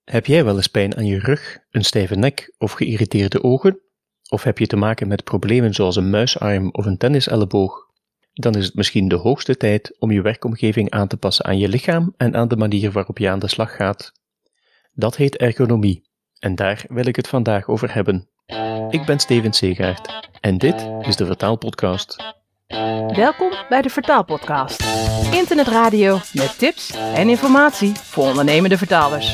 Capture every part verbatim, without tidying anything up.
Heb jij wel eens pijn aan je rug, een stijve nek of geïrriteerde ogen? Of heb je te maken met problemen zoals een muisarm of een tenniselleboog? Dan is het misschien de hoogste tijd om je werkomgeving aan te passen aan je lichaam en aan de manier waarop je aan de slag gaat. Dat heet ergonomie, en daar wil ik het vandaag over hebben. Ik ben Steven Seegaert en dit is de Vertaalpodcast. Welkom bij de Vertaalpodcast. Internetradio met tips en informatie voor ondernemende vertalers.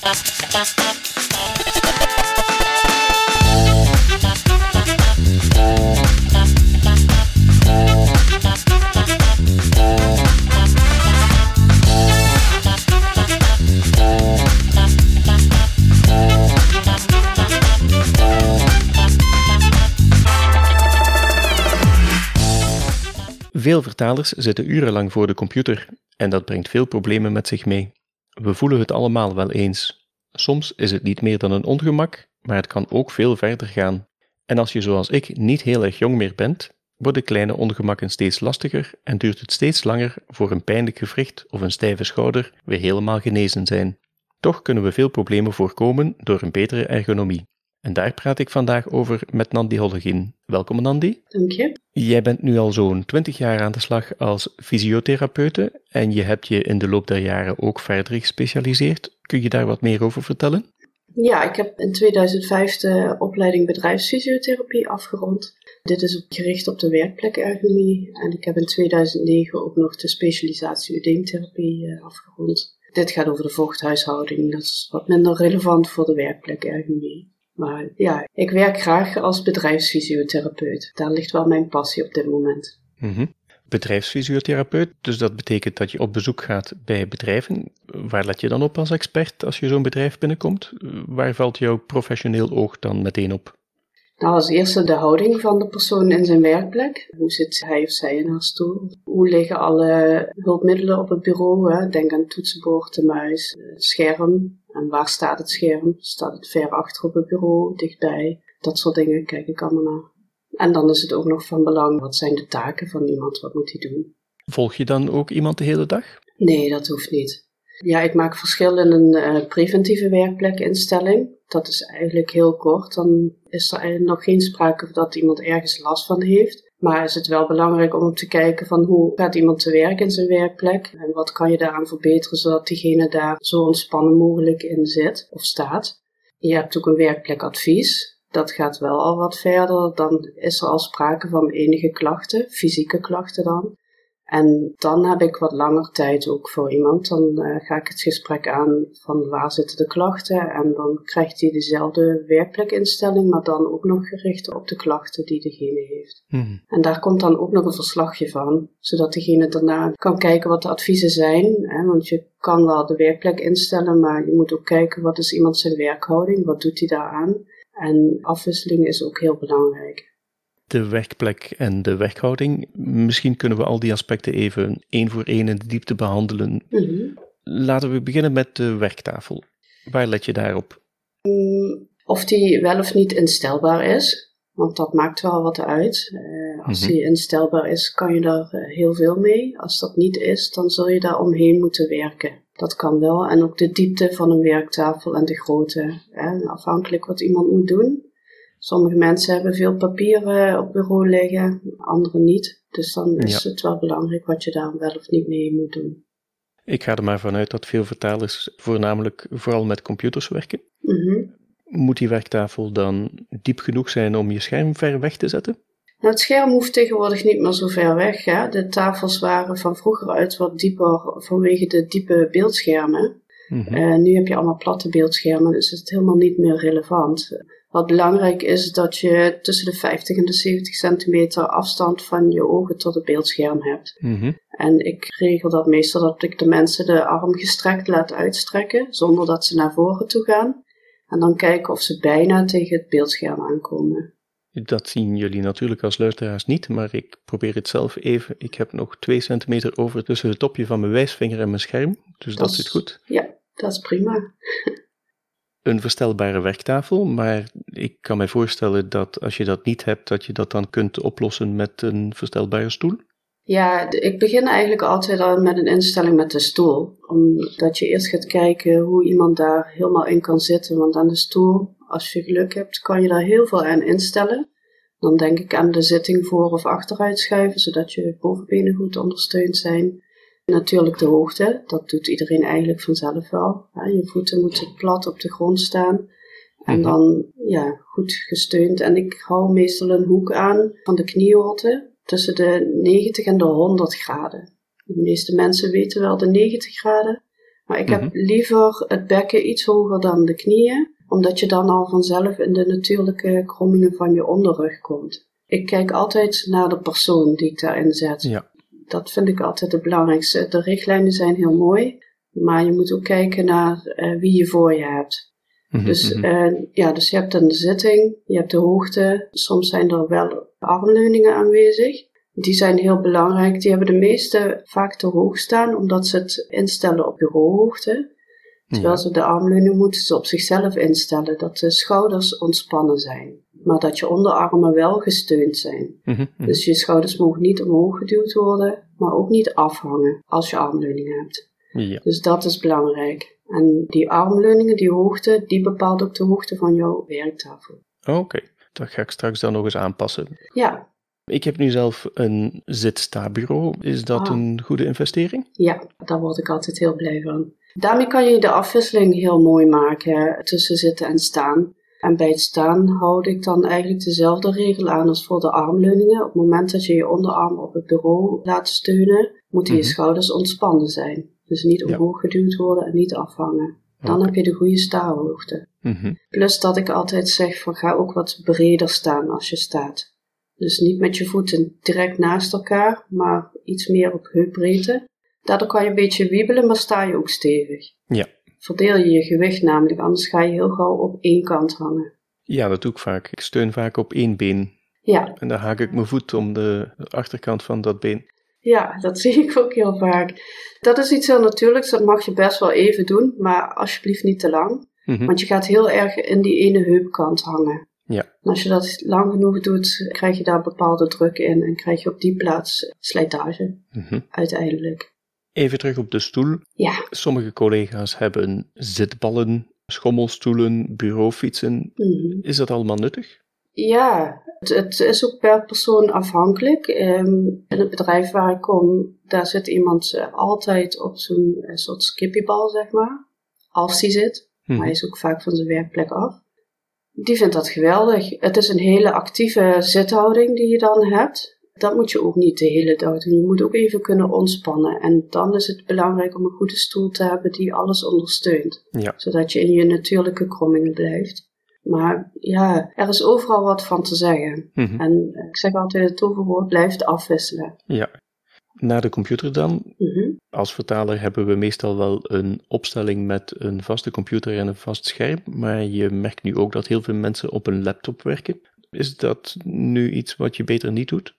Veel vertalers zitten urenlang voor de computer en dat brengt veel problemen met zich mee. We voelen het allemaal wel eens. Soms is het niet meer dan een ongemak, maar het kan ook veel verder gaan. En als je zoals ik niet heel erg jong meer bent, worden kleine ongemakken steeds lastiger en duurt het steeds langer voor een pijnlijk gewricht of een stijve schouder weer helemaal genezen zijn. Toch kunnen we veel problemen voorkomen door een betere ergonomie. En daar praat ik vandaag over met Nandi Hollegien. Welkom Nandi. Dank je. Jij bent nu al zo'n twintig jaar aan de slag als fysiotherapeute en je hebt je in de loop der jaren ook verder gespecialiseerd. Kun je daar wat meer over vertellen? Ja, ik heb in tweeduizend vijf de opleiding bedrijfsfysiotherapie afgerond. Dit is gericht op de werkplekergonomie en ik heb in tweeduizend negen ook nog de specialisatie oedeemtherapie afgerond. Dit gaat over de vochthuishouding, dat is wat minder relevant voor de werkplekergonomie. Maar ja, ik werk graag als bedrijfsfysiotherapeut. Daar ligt wel mijn passie op dit moment. Mm-hmm. Bedrijfsfysiotherapeut, dus dat betekent dat je op bezoek gaat bij bedrijven. Waar let je dan op als expert als je zo'n bedrijf binnenkomt? Waar valt jouw professioneel oog dan meteen op? Nou, als eerste de houding van de persoon in zijn werkplek. Hoe zit hij of zij in haar stoel? Hoe liggen alle hulpmiddelen op het bureau? Hè? Denk aan toetsenbord, de muis, het scherm. En waar staat het scherm? Staat het ver achter op het bureau, dichtbij? Dat soort dingen kijk ik allemaal naar. En dan is het ook nog van belang, wat zijn de taken van iemand? Wat moet hij doen? Volg je dan ook iemand de hele dag? Nee, dat hoeft niet. Ja, ik maak verschil in een uh, preventieve werkplekinstelling. Dat is eigenlijk heel kort. Dan is er eigenlijk nog geen sprake van dat iemand ergens last van heeft. Maar is het wel belangrijk om te kijken van hoe gaat iemand te werk in zijn werkplek en wat kan je daaraan verbeteren zodat diegene daar zo ontspannen mogelijk in zit of staat. Je hebt ook een werkplekadvies. Dat gaat wel al wat verder. Dan is er al sprake van enige klachten, fysieke klachten dan. En dan heb ik wat langer tijd ook voor iemand. Dan uh, ga ik het gesprek aan van waar zitten de klachten. En dan krijgt hij dezelfde werkplekinstelling, maar dan ook nog gericht op de klachten die degene heeft. Hmm. En daar komt dan ook nog een verslagje van. Zodat degene daarna kan kijken wat de adviezen zijn. Hè, want je kan wel de werkplek instellen, maar je moet ook kijken wat is iemand zijn werkhouding. Wat doet hij daaraan? En afwisseling is ook heel belangrijk. De werkplek en de werkhouding. Misschien kunnen we al die aspecten even één voor één in de diepte behandelen. Mm-hmm. Laten we beginnen met de werktafel. Waar let je daarop? Um, of die wel of niet instelbaar is, want dat maakt wel wat uit. Uh, als mm-hmm. die instelbaar is, kan je daar uh, heel veel mee. Als dat niet is, dan zul je daar omheen moeten werken. Dat kan wel. En ook de diepte van een werktafel en de grootte. Hè, afhankelijk wat iemand moet doen. Sommige mensen hebben veel papieren op bureau liggen, anderen niet. Dus dan is ja. het wel belangrijk wat je daar wel of niet mee moet doen. Ik ga er maar vanuit dat veel vertalers voornamelijk vooral met computers werken. Mm-hmm. Moet die werktafel dan diep genoeg zijn om je scherm ver weg te zetten? Nou, het scherm hoeft tegenwoordig niet meer zo ver weg. Hè? De tafels waren van vroeger uit wat dieper vanwege de diepe beeldschermen. Mm-hmm. Uh, nu heb je allemaal platte beeldschermen, dus is het helemaal niet meer relevant. Wat belangrijk is dat je tussen de vijftig en de zeventig centimeter afstand van je ogen tot het beeldscherm hebt. Mm-hmm. En ik regel dat meestal dat ik de mensen de arm gestrekt laat uitstrekken, zonder dat ze naar voren toe gaan. En dan kijken of ze bijna tegen het beeldscherm aankomen. Dat zien jullie natuurlijk als luisteraars niet, maar ik probeer het zelf even. Ik heb nog twee centimeter over tussen het topje van mijn wijsvinger en mijn scherm, dus dat, dat zit goed. Ja, dat is prima. Een verstelbare werktafel, maar ik kan mij voorstellen dat als je dat niet hebt, dat je dat dan kunt oplossen met een verstelbare stoel. Ja, d- ik begin eigenlijk altijd al met een instelling met de stoel. Omdat je eerst gaat kijken hoe iemand daar helemaal in kan zitten. Want aan de stoel, als je geluk hebt, kan je daar heel veel aan instellen. Dan denk ik aan de zitting voor of achteruit schuiven, zodat je bovenbenen goed ondersteund zijn. Natuurlijk de hoogte, dat doet iedereen eigenlijk vanzelf wel. Ja, je voeten moeten plat op de grond staan. En dan ja, goed gesteund. En ik hou meestal een hoek aan van de knieholte tussen de negentig en de honderd graden. De meeste mensen weten wel de negentig graden. Maar ik heb Mm-hmm. liever het bekken iets hoger dan de knieën. Omdat je dan al vanzelf in de natuurlijke krommingen van je onderrug komt. Ik kijk altijd naar de persoon die ik daarin zet. Ja. Dat vind ik altijd het belangrijkste. De richtlijnen zijn heel mooi. Maar je moet ook kijken naar uh, wie je voor je hebt. Mm-hmm. Dus, uh, ja, dus je hebt dan de zitting, je hebt de hoogte. Soms zijn er wel armleuningen aanwezig. Die zijn heel belangrijk. Die hebben de meeste vaak te hoog staan, omdat ze het instellen op bureauhoogte. Terwijl Ja. ze de armleuning moeten ze op zichzelf instellen, dat de schouders ontspannen zijn. Maar dat je onderarmen wel gesteund zijn. Mm-hmm. Dus je schouders mogen niet omhoog geduwd worden, maar ook niet afhangen als je armleuning hebt. Ja. Dus dat is belangrijk. En die armleuningen, die hoogte, die bepaalt ook de hoogte van jouw werktafel. Oké, okay. Dat ga ik straks dan nog eens aanpassen. Ja. Ik heb nu zelf een zit-sta-bureau. Is dat Ah. een goede investering? Ja, daar word ik altijd heel blij van. Daarmee kan je de afwisseling heel mooi maken tussen zitten en staan. En bij het staan houd ik dan eigenlijk dezelfde regel aan als voor de armleuningen. Op het moment dat je je onderarm op het bureau laat steunen, moeten Mhm. je schouders ontspannen zijn. Dus niet Ja. omhoog geduwd worden en niet afhangen. Dan Oké. heb je de goede staarhoogte. Mhm. Plus dat ik altijd zeg van ga ook wat breder staan als je staat. Dus niet met je voeten direct naast elkaar, maar iets meer op heupbreedte. Daardoor kan je een beetje wiebelen, maar sta je ook stevig. Ja. Verdeel je je gewicht namelijk, anders ga je heel gauw op één kant hangen. Ja, dat doe ik vaak. Ik steun vaak op één been. Ja, En dan haak ik mijn voet om de achterkant van dat been. ja, dat zie ik ook heel vaak. Dat is iets heel natuurlijks, dat mag je best wel even doen, maar alsjeblieft niet te lang. Mhm. Want je gaat heel erg in die ene heupkant hangen. Ja. En als je dat lang genoeg doet, krijg je daar bepaalde druk in en krijg je op die plaats slijtage Mhm. uiteindelijk. Even terug op de stoel. Ja, Sommige collega's hebben zitballen, schommelstoelen, bureaufietsen. mhm. Is dat allemaal nuttig? Ja, het, het is ook per persoon afhankelijk. Um, in het bedrijf waar ik kom, daar zit iemand uh, altijd op zo'n uh, soort skippiebal, zeg maar. Als die zit. Mhm. Maar hij is ook vaak van zijn werkplek af. Die vindt dat geweldig. Het is een hele actieve zithouding die je dan hebt. Dat moet je ook niet de hele dag doen. Je moet ook even kunnen ontspannen. En dan is het belangrijk om een goede stoel te hebben die alles ondersteunt. Ja. Zodat je in je natuurlijke krommingen blijft. Maar ja, er is overal wat van te zeggen. Mhm. En ik zeg altijd, het toverwoord blijft afwisselen. Ja. Na de computer dan. Mhm. Als vertaler hebben we meestal wel een opstelling met een vaste computer en een vast scherm. Maar je merkt nu ook dat heel veel mensen op een laptop werken. Is dat nu iets wat je beter niet doet?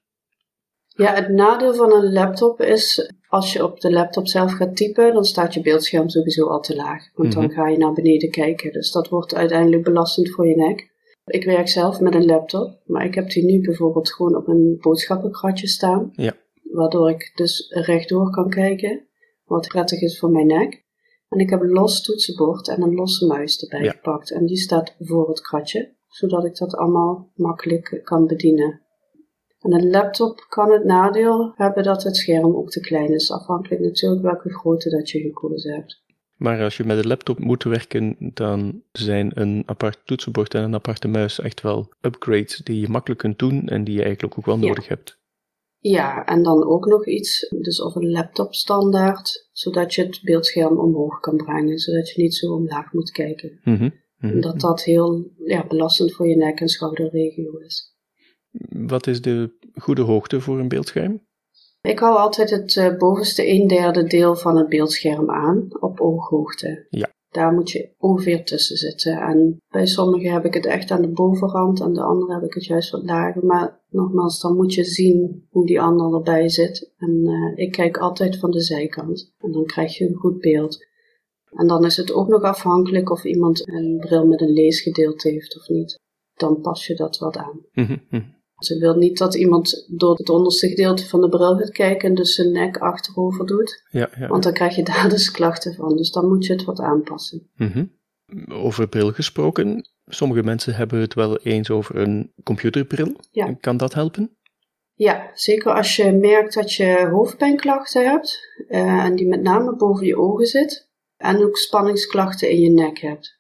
Ja, het nadeel van een laptop is, als je op de laptop zelf gaat typen, dan staat je beeldscherm sowieso al te laag. Want dan Mhm. ga je naar beneden kijken. Dus dat wordt uiteindelijk belastend voor je nek. Ik werk zelf met een laptop, maar ik heb die nu bijvoorbeeld gewoon op een boodschappenkratje staan. Ja. Waardoor ik dus rechtdoor kan kijken, wat prettig is voor mijn nek. En ik heb een los toetsenbord en een losse muis erbij Ja. gepakt. En die staat voor het kratje, zodat ik dat allemaal makkelijk kan bedienen. En een laptop kan het nadeel hebben dat het scherm ook te klein is, afhankelijk natuurlijk welke grootte dat je gekozen hebt. Maar als je met een laptop moet werken, dan zijn een apart toetsenbord en een aparte muis echt wel upgrades die je makkelijk kunt doen en die je eigenlijk ook wel Ja. nodig hebt. Ja, en dan ook nog iets, dus of een laptop standaard, zodat je het beeldscherm omhoog kan brengen, zodat je niet zo omlaag moet kijken. Mhm. Mhm. Omdat dat heel ja, belastend voor je nek- en schouderregio is. Wat is de goede hoogte voor een beeldscherm? Ik hou altijd het uh, bovenste een derde deel van het beeldscherm aan, op ooghoogte. Ja. Daar moet je ongeveer tussen zitten. En bij sommigen heb ik het echt aan de bovenrand, en de andere heb ik het juist wat lager. Maar nogmaals, dan moet je zien hoe die ander erbij zit. En uh, ik kijk altijd van de zijkant. En dan krijg je een goed beeld. En dan is het ook nog afhankelijk of iemand een bril met een leesgedeelte heeft of niet. Dan pas je dat wat aan. Mhm. Mhm. Ze wil niet dat iemand door het onderste gedeelte van de bril gaat kijken en dus zijn nek achterover doet. Ja, ja. Want dan krijg je daar dus klachten van. Dus dan moet je het wat aanpassen. Mm-hmm. Over bril gesproken. Sommige mensen hebben het wel eens over een computerbril. Ja. Kan dat helpen? Ja, zeker als je merkt dat je hoofdpijnklachten hebt. Uh, en die met name boven je ogen zit. En ook spanningsklachten in je nek hebt.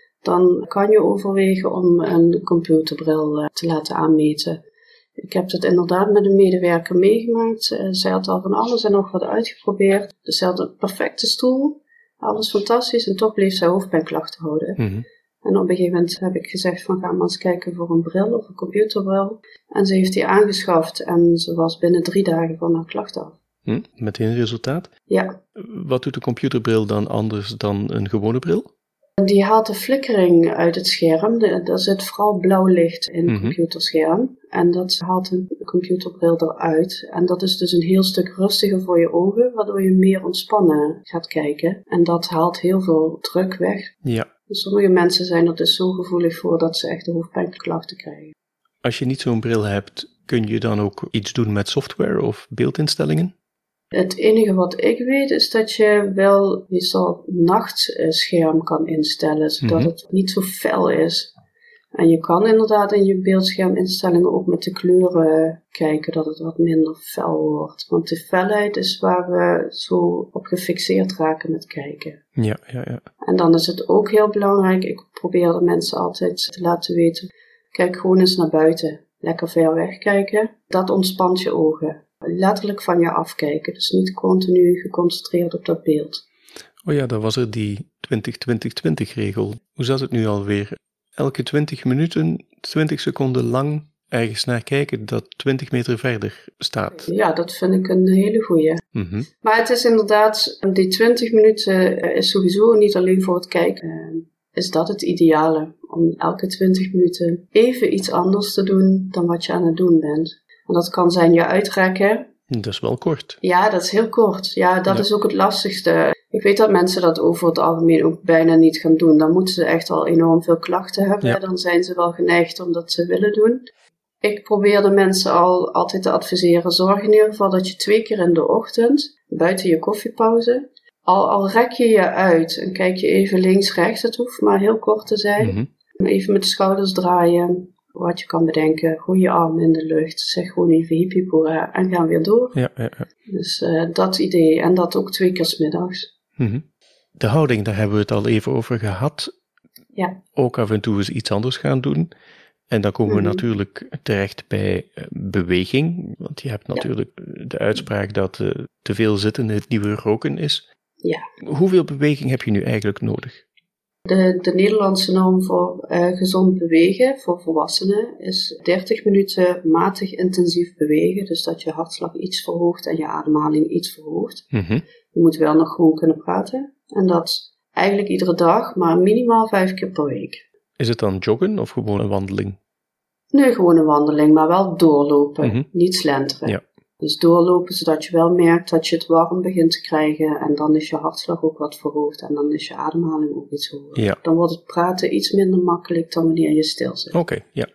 Dan kan je overwegen om een computerbril uh, te laten aanmeten. Ik heb dat inderdaad met een medewerker meegemaakt. Uh, zij had al van alles en nog wat uitgeprobeerd. Dus zij had een perfecte stoel. Alles fantastisch. En toch bleef zij hoofdpijnklachten houden. Mm-hmm. En op een gegeven moment heb ik gezegd van ga maar eens kijken voor een bril of een computerbril. En ze heeft die aangeschaft en ze was binnen drie dagen van haar klachten af. Hm, meteen resultaat? Ja. Wat doet de computerbril dan anders dan een gewone bril? Die haalt de flikkering uit het scherm. Er zit vooral blauw licht in het Mm-hmm. computerscherm. En dat haalt een computerbril eruit. En dat is dus een heel stuk rustiger voor je ogen, waardoor je meer ontspannen gaat kijken. En dat haalt heel veel druk weg. Ja. Sommige mensen zijn er dus zo gevoelig voor dat ze echt de hoofdpijnklachten krijgen. Als je niet zo'n bril hebt, kun je dan ook iets doen met software of beeldinstellingen? Het enige wat ik weet is dat je wel meestal nachtscherm kan instellen, zodat Mm-hmm. het niet zo fel is. En je kan inderdaad in je beeldscherminstellingen ook met de kleuren kijken dat het wat minder fel wordt. Want de felheid is waar we zo op gefixeerd raken met kijken. Ja, ja, ja. En dan is het ook heel belangrijk, ik probeer de mensen altijd te laten weten, kijk gewoon eens naar buiten. Lekker ver weg kijken. Dat ontspant je ogen. Letterlijk van je afkijken. Dus niet continu geconcentreerd op dat beeld. Oh ja, dan was er die twintig twintig twintig regel. Hoe zat het nu alweer? Elke twintig minuten, twintig seconden lang ergens naar kijken dat twintig meter verder staat. Ja, dat vind ik een hele goeie. Mm-hmm. Maar het is inderdaad, die twintig minuten is sowieso niet alleen voor het kijken. Is dat het ideale? Om elke twintig minuten even iets anders te doen dan wat je aan het doen bent. En dat kan zijn je uitrekken. Dat is wel kort. Ja, dat is heel kort. Ja, dat Ja. is ook het lastigste. Ik weet dat mensen dat over het algemeen ook bijna niet gaan doen. Dan moeten ze echt al enorm veel klachten hebben. Ja. Dan zijn ze wel geneigd om dat te willen doen. Ik probeer de mensen al altijd te adviseren. Zorg in ieder geval dat je twee keer in de ochtend, buiten je koffiepauze, al, al rek je je uit en kijk je even links, rechts. Het hoeft maar heel kort te zijn. Mm-hmm. Even met de schouders draaien. Wat je kan bedenken. Gooi je arm in de lucht. Zeg gewoon even hippie-poera en gaan weer door. Ja, ja, ja. Dus uh, dat idee. En dat ook twee keer 's middags. Mm-hmm. De houding, daar hebben we het al even over gehad. Ja. Ook af en toe eens iets anders gaan doen. En dan komen Mm-hmm. we natuurlijk terecht bij uh, beweging. Want je hebt natuurlijk ja. de uitspraak dat uh, te veel zitten het nieuwe roken is. Ja. Hoeveel beweging heb je nu eigenlijk nodig? De, de Nederlandse norm voor uh, gezond bewegen voor volwassenen is dertig minuten matig intensief bewegen. Dus dat je hartslag iets verhoogt en je ademhaling iets verhoogt. Mm-hmm. Je moet wel nog gewoon kunnen praten. En dat eigenlijk iedere dag, maar minimaal vijf keer per week. Is het dan joggen of gewoon een wandeling? Nee, gewoon een wandeling, maar wel doorlopen. Mm-hmm. Niet slenteren. Ja. Dus doorlopen zodat je wel merkt dat je het warm begint te krijgen. En dan is je hartslag ook wat verhoogd. En dan is je ademhaling ook iets hoger. Ja. Dan wordt het praten iets minder makkelijk dan wanneer je stil zit. Oké, okay, ja.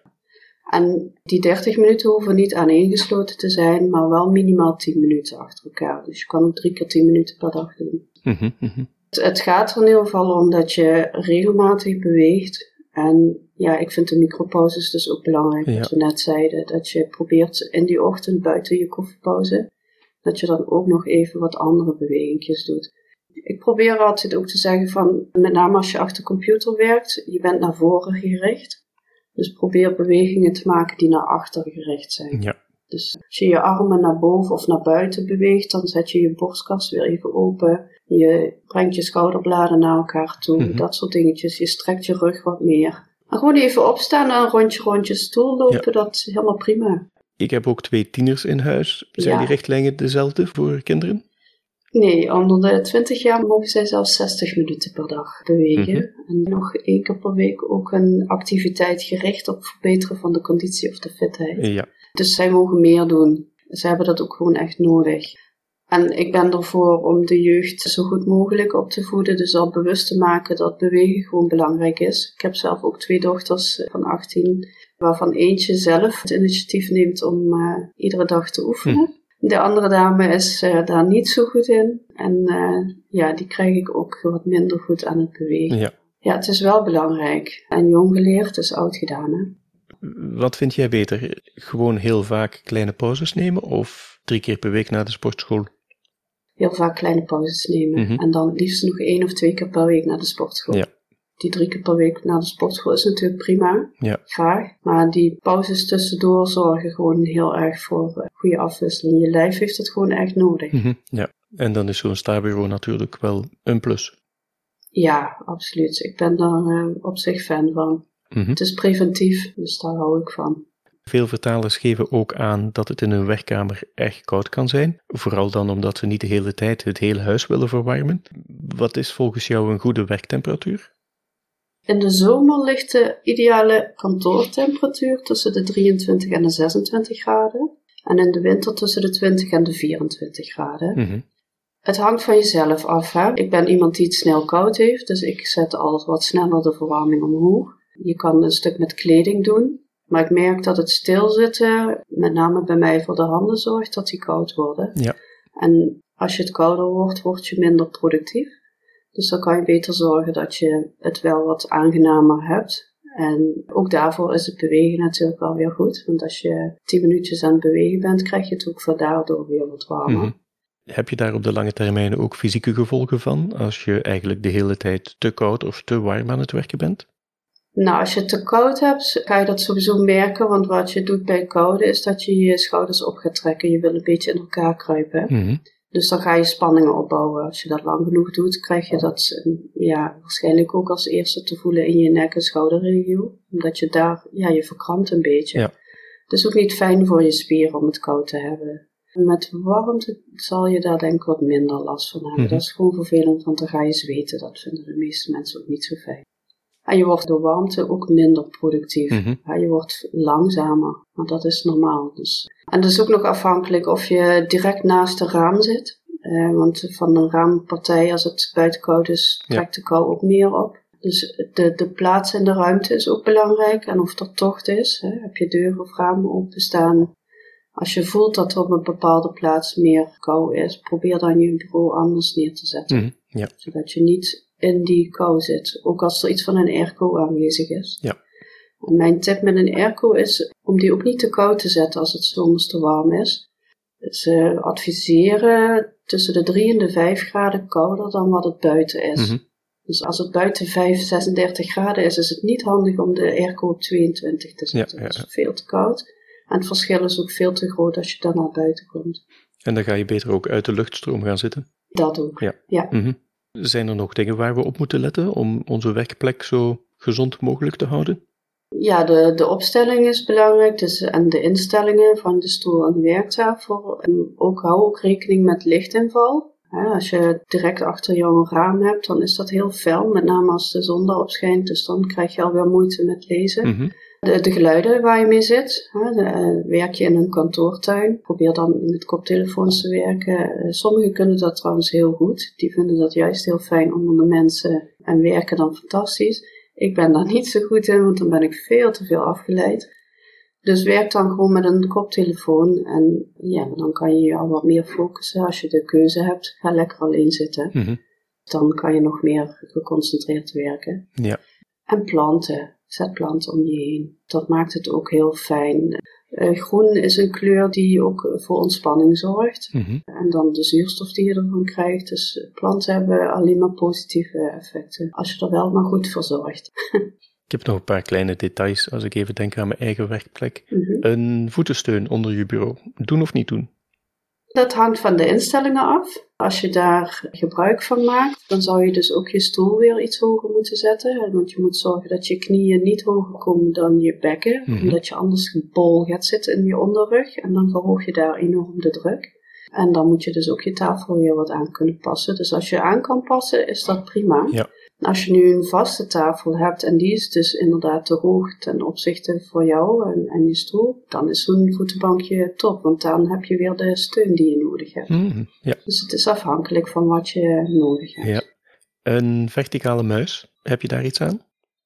En die dertig minuten hoeven niet aaneengesloten te zijn, maar wel minimaal tien minuten achter elkaar. Dus je kan ook drie keer tien minuten per dag doen. Mm-hmm, mm-hmm. Het, het gaat er in ieder geval om dat je regelmatig beweegt. En ja, ik vind de micropauzes dus ook belangrijk, Ja. wat we net zeiden. Dat je probeert in die ochtend buiten je koffiepauze, dat je dan ook nog even wat andere bewegingjes doet. Ik probeer altijd ook te zeggen van, met name als je achter de computer werkt, je bent naar voren gericht. Dus probeer bewegingen te maken die naar achter gericht zijn. Ja. Dus als je je armen naar boven of naar buiten beweegt, dan zet je je borstkas weer even open. Je brengt je schouderbladen naar elkaar toe, Mm-hmm. dat soort dingetjes. Je strekt je rug wat meer. En gewoon even opstaan en een rondje rondje stoel lopen, Ja. dat is helemaal prima. Ik heb ook twee tieners in huis. Zijn Ja. die richtlijnen dezelfde voor kinderen? Nee, onder de twintig jaar mogen zij zelfs zestig minuten per dag bewegen. Mm-hmm. En nog één keer per week ook een activiteit gericht op verbeteren van de conditie of de fitheid. Ja. Dus zij mogen meer doen. Ze hebben dat ook gewoon echt nodig. En ik ben ervoor om de jeugd zo goed mogelijk op te voeden. Dus al bewust te maken dat bewegen gewoon belangrijk is. Ik heb zelf ook twee dochters van achttien, waarvan eentje zelf het initiatief neemt om uh, iedere dag te oefenen. Hm. De andere dame is uh, daar niet zo goed in. En uh, ja, die krijg ik ook wat minder goed aan het bewegen. Ja. Ja, het is wel belangrijk. En jong geleerd is oud gedaan, hè? Wat vind jij beter? Gewoon heel vaak kleine pauzes nemen of drie keer per week naar de sportschool? Heel vaak kleine pauzes nemen. Mm-hmm. En dan liefst nog één of twee keer per week naar de sportschool. Ja. Die drie keer per week naar de sportschool is natuurlijk prima. Ja. Graag. Maar die pauzes tussendoor zorgen gewoon heel erg voor uh, goede afwisseling. Je lijf heeft het gewoon echt nodig. Mm-hmm. Ja. En dan is zo'n staarbureau natuurlijk wel een plus. Ja, absoluut. Ik ben daar uh, op zich fan van. Mm-hmm. Het is preventief, dus daar hou ik van. Veel vertalers geven ook aan dat het in hun werkkamer erg koud kan zijn. Vooral dan omdat ze niet de hele tijd het hele huis willen verwarmen. Wat is volgens jou een goede werktemperatuur? In de zomer ligt de ideale kantoortemperatuur tussen de drieëntwintig en de zesentwintig graden. En in de winter tussen de twintig en de vierentwintig graden. Mm-hmm. Het hangt van jezelf af. Hè? Ik ben iemand die het snel koud heeft, dus ik zet al wat sneller de verwarming omhoog. Je kan een stuk met kleding doen. Maar ik merk dat het stilzitten, met name bij mij voor de handen, zorgt dat die koud worden. Ja. En als je het kouder wordt, word je minder productief. Dus dan kan je beter zorgen dat je het wel wat aangenamer hebt. En ook daarvoor is het bewegen natuurlijk wel weer goed. Want als je tien minuutjes aan het bewegen bent, krijg je het ook voor daardoor weer wat warmer. Mm-hmm. Heb je daar op de lange termijn ook fysieke gevolgen van, als je eigenlijk de hele tijd te koud of te warm aan het werken bent? Nou, als je het te koud hebt, ga je dat sowieso merken. Want wat je doet bij koude is dat je je schouders op gaat trekken. Je wil een beetje in elkaar kruipen. Mm-hmm. Dus dan ga je spanningen opbouwen. Als je dat lang genoeg doet, krijg je dat ja, waarschijnlijk ook als eerste te voelen in je nek- en schouderregio. Omdat je daar, ja, je verkrampt een beetje. Ja. Het is ook niet fijn voor je spieren om het koud te hebben. Met warmte zal je daar denk ik wat minder last van hebben. Mm-hmm. Dat is gewoon vervelend, want dan ga je zweten. Dat vinden de meeste mensen ook niet zo fijn. En je wordt door warmte ook minder productief. Mm-hmm. Ja, je wordt langzamer, maar dat is normaal. Dus. En dat is ook nog afhankelijk of je direct naast een raam zit. Uh, want van een raampartij, als het buiten koud is, trekt ja. de kou ook meer op. Dus de, de plaats in de ruimte is ook belangrijk. En of er tocht is, hè, heb je deuren of ramen openstaan. Als je voelt dat er op een bepaalde plaats meer kou is, probeer dan je bureau anders neer te zetten. Mm-hmm. Ja. Zodat je niet in die kou zit, ook als er iets van een airco aanwezig is. Ja. En mijn tip met een airco is om die ook niet te koud te zetten als het zomers te warm is. Ze adviseren tussen de drie en de vijf graden kouder dan wat het buiten is. Mm-hmm. Dus als het buiten vijf, zesendertig graden is, is het niet handig om de airco op tweeëntwintig te zetten. Ja, ja, ja. Dat is veel te koud. En het verschil is ook veel te groot als je dan naar buiten komt. En dan ga je beter ook uit de luchtstroom gaan zitten? Dat ook, ja. ja. Mm-hmm. Zijn er nog dingen waar we op moeten letten om onze werkplek zo gezond mogelijk te houden? Ja, de, de opstelling is belangrijk dus, en de instellingen van de stoel en de werktafel. En ook hou ook rekening met lichtinval. Ja, als je direct achter jou een raam hebt, dan is dat heel fel, met name als de zon erop schijnt. Dus dan krijg je alweer moeite met lezen. Mm-hmm. De, de geluiden waar je mee zit, hè, de, uh, werk je in een kantoortuin, probeer dan met koptelefoons te werken. Uh, sommigen kunnen dat trouwens heel goed, die vinden dat juist heel fijn onder de mensen en werken dan fantastisch. Ik ben daar niet zo goed in, want dan ben ik veel te veel afgeleid. Dus werk dan gewoon met een koptelefoon en ja, dan kan je je al wat meer focussen. Als je de keuze hebt, ga lekker alleen zitten. Mm-hmm. Dan kan je nog meer geconcentreerd werken. Ja. En planten. Zet planten om je heen. Dat maakt het ook heel fijn. Uh, groen is een kleur die ook voor ontspanning zorgt. Mm-hmm. En dan de zuurstof die je ervan krijgt. Dus planten hebben alleen maar positieve effecten. Als je er wel maar goed voor zorgt. Ik heb nog een paar kleine details als ik even denk aan mijn eigen werkplek. Mm-hmm. Een voetensteun onder je bureau. Doen of niet doen? Dat hangt van de instellingen af. Als je daar gebruik van maakt, dan zou je dus ook je stoel weer iets hoger moeten zetten. Want je moet zorgen dat je knieën niet hoger komen dan je bekken. Mm-hmm. Omdat je anders bol gaat zitten in je onderrug. En dan verhoog je daar enorm de druk. En dan moet je dus ook je tafel weer wat aan kunnen passen. Dus als je aan kan passen, is dat prima. Ja. Als je nu een vaste tafel hebt en die is dus inderdaad te hoog ten opzichte voor jou en, en je stoel, dan is zo'n voetenbankje top, want dan heb je weer de steun die je nodig hebt. Mm, ja. Dus het is afhankelijk van wat je nodig hebt. Ja. Een verticale muis, heb je daar iets aan?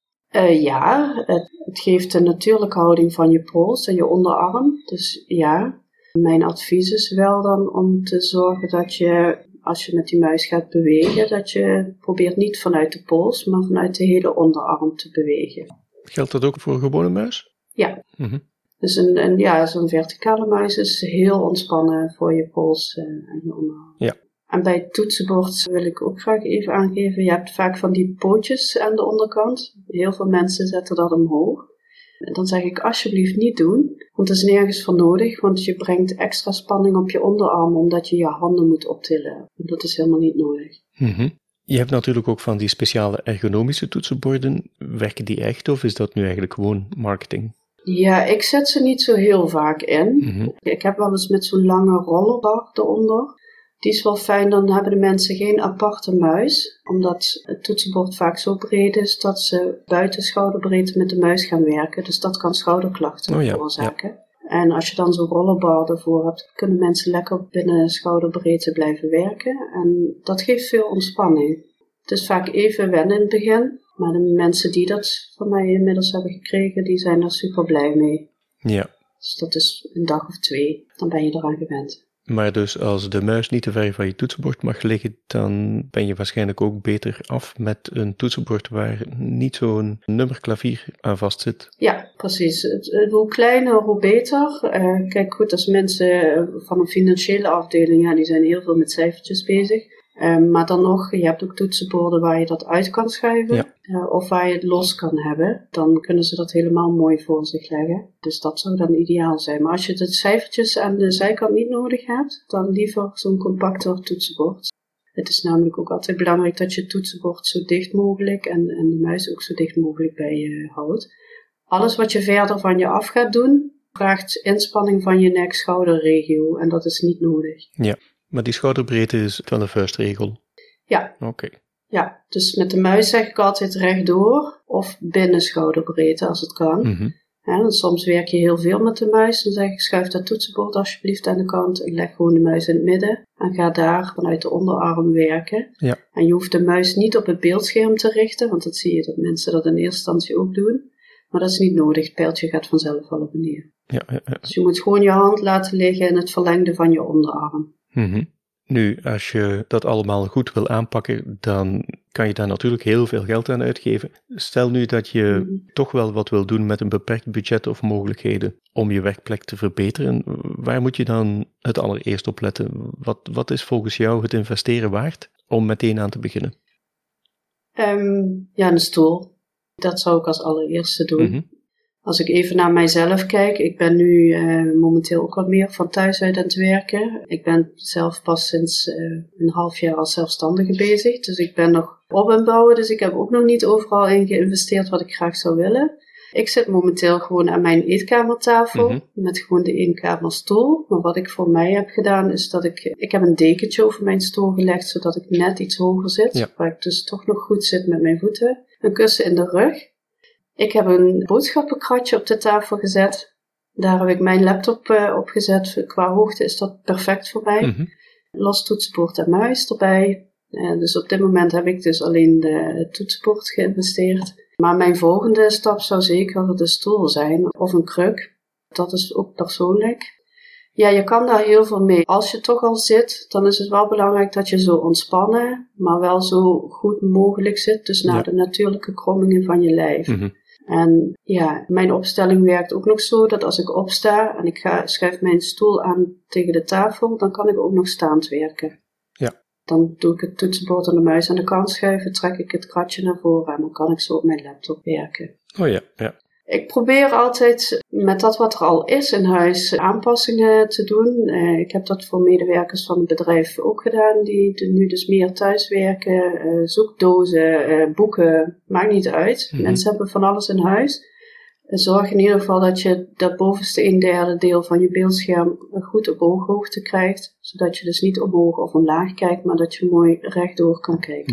Uh, ja, het, het geeft een natuurlijke houding van je pols en je onderarm. Dus ja, mijn advies is wel dan om te zorgen dat je, als je met die muis gaat bewegen, dat je probeert niet vanuit de pols, maar vanuit de hele onderarm te bewegen. Geldt dat ook voor een gewone muis? Ja. Mm-hmm. Dus een, een, ja, zo'n verticale muis is heel ontspannen voor je pols uh, en je onderarm. Ja. En bij het toetsenbord wil ik ook graag even aangeven, je hebt vaak van die pootjes aan de onderkant. Heel veel mensen zetten dat omhoog. En dan zeg ik alsjeblieft niet doen, want dat is nergens voor nodig, want je brengt extra spanning op je onderarm omdat je je handen moet optillen. En dat is helemaal niet nodig. Mm-hmm. Je hebt natuurlijk ook van die speciale ergonomische toetsenborden. Werken die echt of is dat nu eigenlijk gewoon marketing? Ja, ik zet ze niet zo heel vaak in. Mm-hmm. Ik heb wel eens met zo'n lange rollerbar eronder. Die is wel fijn, dan hebben de mensen geen aparte muis, omdat het toetsenbord vaak zo breed is dat ze buiten schouderbreedte met de muis gaan werken. Dus dat kan schouderklachten oh ja, veroorzaken. Ja. En als je dan zo'n rollerbar ervoor hebt, kunnen mensen lekker binnen schouderbreedte blijven werken. En dat geeft veel ontspanning. Het is vaak even wennen in het begin, maar de mensen die dat van mij inmiddels hebben gekregen, die zijn er super blij mee. Ja. Dus dat is een dag of twee, dan ben je eraan gewend. Maar dus als de muis niet te ver van je toetsenbord mag liggen, dan ben je waarschijnlijk ook beter af met een toetsenbord waar niet zo'n nummerklavier aan vast zit. Ja, precies. Hoe kleiner, hoe beter. Uh, kijk goed, als mensen van een financiële afdeling, ja, die zijn heel veel met cijfertjes bezig. Uh, maar dan nog, je hebt ook toetsenborden waar je dat uit kan schuiven. Ja. Uh, of waar je het los kan hebben. Dan kunnen ze dat helemaal mooi voor zich leggen. Dus dat zou dan ideaal zijn. Maar als je de cijfertjes aan de zijkant niet nodig hebt, dan liever zo'n compacter toetsenbord. Het is namelijk ook altijd belangrijk dat je het toetsenbord zo dicht mogelijk en, en de muis ook zo dicht mogelijk bij je houdt. Alles wat je verder van je af gaat doen, vraagt inspanning van je nek-schouderregio. En dat is niet nodig. Ja. Maar die schouderbreedte is wel een vuistregel? Ja. Oké. Okay. Ja, dus met de muis zeg ik altijd rechtdoor of binnen schouderbreedte als het kan. Mm-hmm. Ja, soms werk je heel veel met de muis, dan zeg ik schuif dat toetsenbord alsjeblieft aan de kant en leg gewoon de muis in het midden. En ga daar vanuit de onderarm werken. Ja. En je hoeft de muis niet op het beeldscherm te richten, want dat zie je dat mensen dat in eerste instantie ook doen. Maar dat is niet nodig, het pijltje gaat vanzelf wel op en neer. Ja, ja, ja. Dus je moet gewoon je hand laten liggen in het verlengde van je onderarm. Mm-hmm. Nu, als je dat allemaal goed wil aanpakken, dan kan je daar natuurlijk heel veel geld aan uitgeven. Stel nu dat je mm-hmm. toch wel wat wil doen met een beperkt budget of mogelijkheden om je werkplek te verbeteren. Waar moet je dan het allereerst op letten? Wat, wat is volgens jou het investeren waard om meteen aan te beginnen? Um, ja, een stoel. Dat zou ik als allereerste doen. Mm-hmm. Als ik even naar mijzelf kijk, ik ben nu uh, momenteel ook wat meer van thuis uit aan het werken. Ik ben zelf pas sinds uh, een half jaar als zelfstandige bezig, dus ik ben nog op aan bouwen, dus ik heb ook nog niet overal in geïnvesteerd wat ik graag zou willen. Ik zit momenteel gewoon aan mijn eetkamertafel, mm-hmm. met gewoon de eenkamerstoel. Maar wat ik voor mij heb gedaan is dat ik, ik heb een dekentje over mijn stoel gelegd, zodat ik net iets hoger zit, ja. Waar ik dus toch nog goed zit met mijn voeten. Een kussen in de rug. Ik heb een boodschappenkratje op de tafel gezet. Daar heb ik mijn laptop uh, op gezet. Qua hoogte is dat perfect voor mij. Mm-hmm. Los toetsenbord en muis erbij. Uh, dus op dit moment heb ik dus alleen de, het toetsenbord geïnvesteerd. Maar mijn volgende stap zou zeker de stoel zijn. Of een kruk. Dat is ook persoonlijk. Ja, je kan daar heel veel mee. Als je toch al zit, dan is het wel belangrijk dat je zo ontspannen, maar wel zo goed mogelijk zit. Dus naar ja. de natuurlijke krommingen van je lijf. Mm-hmm. En ja, mijn opstelling werkt ook nog zo dat als ik opsta en ik ga, schuif mijn stoel aan tegen de tafel, dan kan ik ook nog staand werken. Ja. Dan doe ik het toetsenbord en de muis aan de kant schuiven, trek ik het kratje naar voren en dan kan ik zo op mijn laptop werken. Oh ja, ja. Ik probeer altijd met dat wat er al is in huis aanpassingen te doen. Uh, ik heb dat voor medewerkers van het bedrijf ook gedaan, die nu dus meer thuiswerken. Uh, zoekdozen, uh, boeken, maakt niet uit. Mm-hmm. Mensen hebben van alles in huis. Uh, zorg in ieder geval dat je dat bovenste een derde deel van je beeldscherm goed op ooghoogte krijgt. Zodat je dus niet omhoog of omlaag kijkt, maar dat je mooi rechtdoor kan kijken. Ja.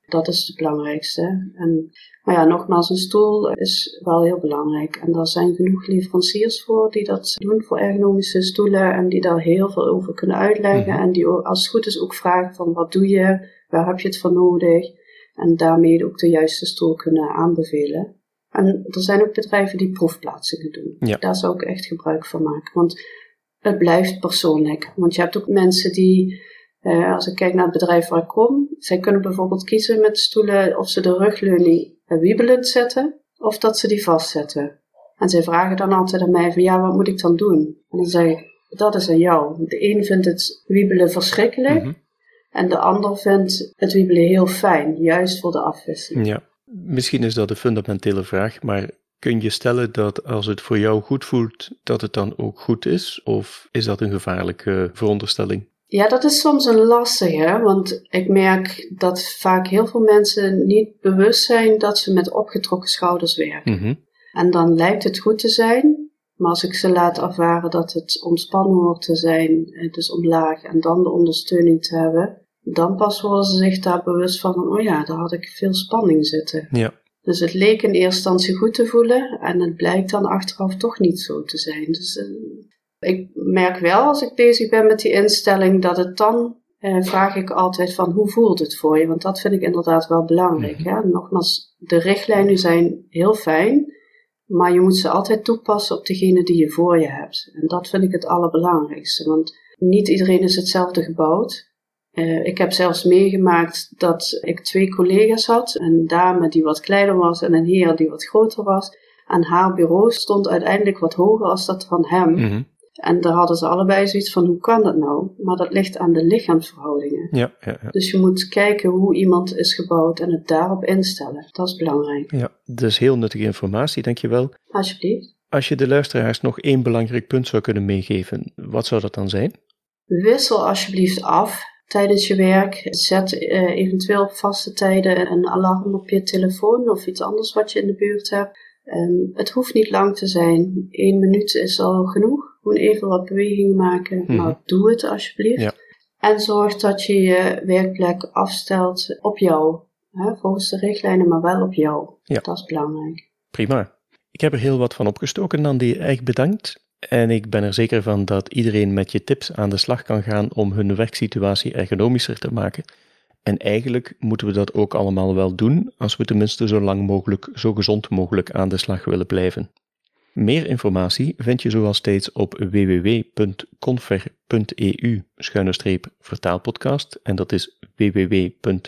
Dat is het belangrijkste. En, maar ja, nogmaals, een stoel is wel heel belangrijk. En daar zijn genoeg leveranciers voor die dat doen voor ergonomische stoelen. En die daar heel veel over kunnen uitleggen. Mm-hmm. En die ook, als het goed is ook vragen van wat doe je? Waar heb je het voor nodig? En daarmee ook de juiste stoel kunnen aanbevelen. En er zijn ook bedrijven die proefplaatsingen doen. Ja. Daar zou ik echt gebruik van maken. Want het blijft persoonlijk. Want je hebt ook mensen die, uh, als ik kijk naar het bedrijf waar ik kom, zij kunnen bijvoorbeeld kiezen met stoelen of ze de rugleuning wiebelend zetten of dat ze die vastzetten. En zij vragen dan altijd aan mij van ja, wat moet ik dan doen? En dan zeg ik, dat is aan jou. De een vindt het wiebelen verschrikkelijk mm-hmm. en de ander vindt het wiebelen heel fijn, juist voor de afwisseling. Ja, misschien is dat een fundamentele vraag, maar kun je stellen dat als het voor jou goed voelt, dat het dan ook goed is? Of is dat een gevaarlijke veronderstelling? Ja, dat is soms een lastige, want ik merk dat vaak heel veel mensen niet bewust zijn dat ze met opgetrokken schouders werken. Mm-hmm. En dan lijkt het goed te zijn, maar als ik ze laat ervaren dat het ontspannen hoort te zijn, dus omlaag en dan de ondersteuning te hebben, dan pas worden ze zich daar bewust van, oh ja, daar had ik veel spanning zitten. Ja. Dus het leek in eerste instantie goed te voelen en het blijkt dan achteraf toch niet zo te zijn. Dus uh, ik merk wel als ik bezig ben met die instelling dat het dan, uh, vraag ik altijd van hoe voelt het voor je? Want dat vind ik inderdaad wel belangrijk. Mm-hmm. Hè? Nogmaals, de richtlijnen zijn heel fijn, maar je moet ze altijd toepassen op degene die je voor je hebt. En dat vind ik het allerbelangrijkste, want niet iedereen is hetzelfde gebouwd. Uh, ik heb zelfs meegemaakt dat ik twee collega's had. Een dame die wat kleiner was en een heer die wat groter was. En haar bureau stond uiteindelijk wat hoger als dat van hem. Mm-hmm. En daar hadden ze allebei zoiets van, hoe kan dat nou? Maar dat ligt aan de lichaamsverhoudingen. Ja, ja, ja. Dus je moet kijken hoe iemand is gebouwd en het daarop instellen. Dat is belangrijk. Ja, dus heel nuttige informatie, dankjewel. Alsjeblieft. Als je de luisteraars nog één belangrijk punt zou kunnen meegeven, wat zou dat dan zijn? Wissel alsjeblieft af tijdens je werk. Zet uh, eventueel op vaste tijden een alarm op je telefoon of iets anders wat je in de buurt hebt. Um, het hoeft niet lang te zijn. Eén minuut is al genoeg. Gewoon even wat beweging maken. Mm-hmm. Maar doe het alsjeblieft. Ja. En zorg dat je je werkplek afstelt op jou. Hè, volgens de richtlijnen, maar wel op jou. Ja. Dat is belangrijk. Prima. Ik heb er heel wat van opgestoken, Nandi. Erg bedankt. En ik ben er zeker van dat iedereen met je tips aan de slag kan gaan om hun werksituatie ergonomischer te maken. En eigenlijk moeten we dat ook allemaal wel doen, als we tenminste zo lang mogelijk, zo gezond mogelijk aan de slag willen blijven. Meer informatie vind je zoals steeds op w w w punt confer punt e u schuine streep vertaalpodcast en dat is w w w punt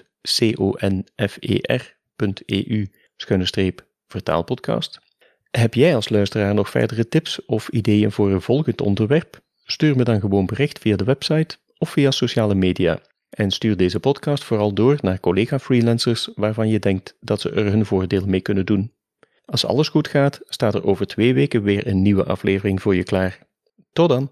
confer punt e u schuine streep vertaalpodcast. Heb jij als luisteraar nog verdere tips of ideeën voor een volgend onderwerp? Stuur me dan gewoon bericht via de website of via sociale media. En stuur deze podcast vooral door naar collega-freelancers waarvan je denkt dat ze er hun voordeel mee kunnen doen. Als alles goed gaat, staat er over twee weken weer een nieuwe aflevering voor je klaar. Tot dan!